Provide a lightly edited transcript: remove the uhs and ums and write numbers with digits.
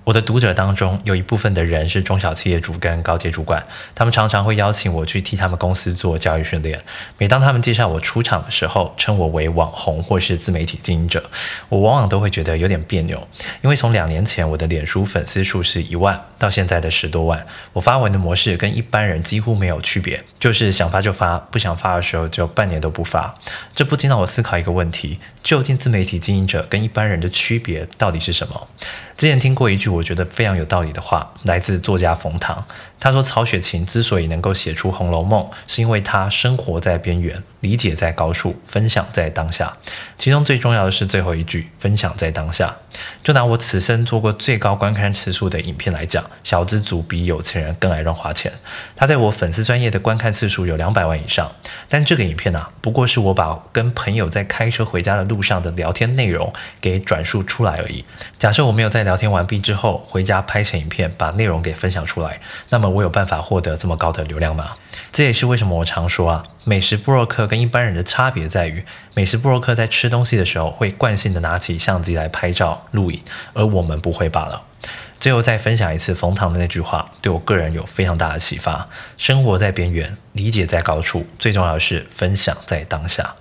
我的读者当中有一部分的人是中小企业主跟高阶主管，他们常常会邀请我去替他们公司做教育训练。每当他们介绍我出场的时候，称我为网红或是自媒体经营者，我往往都会觉得有点别扭，因为从2年前我的脸书粉丝数是1万，到现在的10多万，我发文的模式跟一般人几乎没有区别，就是想发就发，不想发的时候就半年都不发。这不禁让我思考一个问题，究竟自媒体经营者跟一般人的区别到底是什么？之前听过一句我觉得非常有道理的话，来自作家冯唐。他说曹雪芹之所以能够写出《红楼梦》，是因为他生活在边缘，理解在高处，分享在当下。其中最重要的是最后一句，分享在当下。就拿我此生做过最高观看次数的影片来讲，小资族比有钱人更爱乱花钱。他在我粉丝专页的观看次数有200万以上，但这个影片不过是我把跟朋友在开车回家的路上的聊天内容给转述出来而已。假设我没有在聊天完毕之后回家拍成影片，把内容给分享出来，那么我有办法获得这么高的流量吗？这也是为什么我常说美食部落客跟一般人的差别在于，美食部落客在吃东西的时候会惯性的拿起相机来拍照录影，而我们不会罢了。最后再分享一次冯唐的那句话，对我个人有非常大的启发：生活在边缘，理解在高处，最重要的是分享在当下。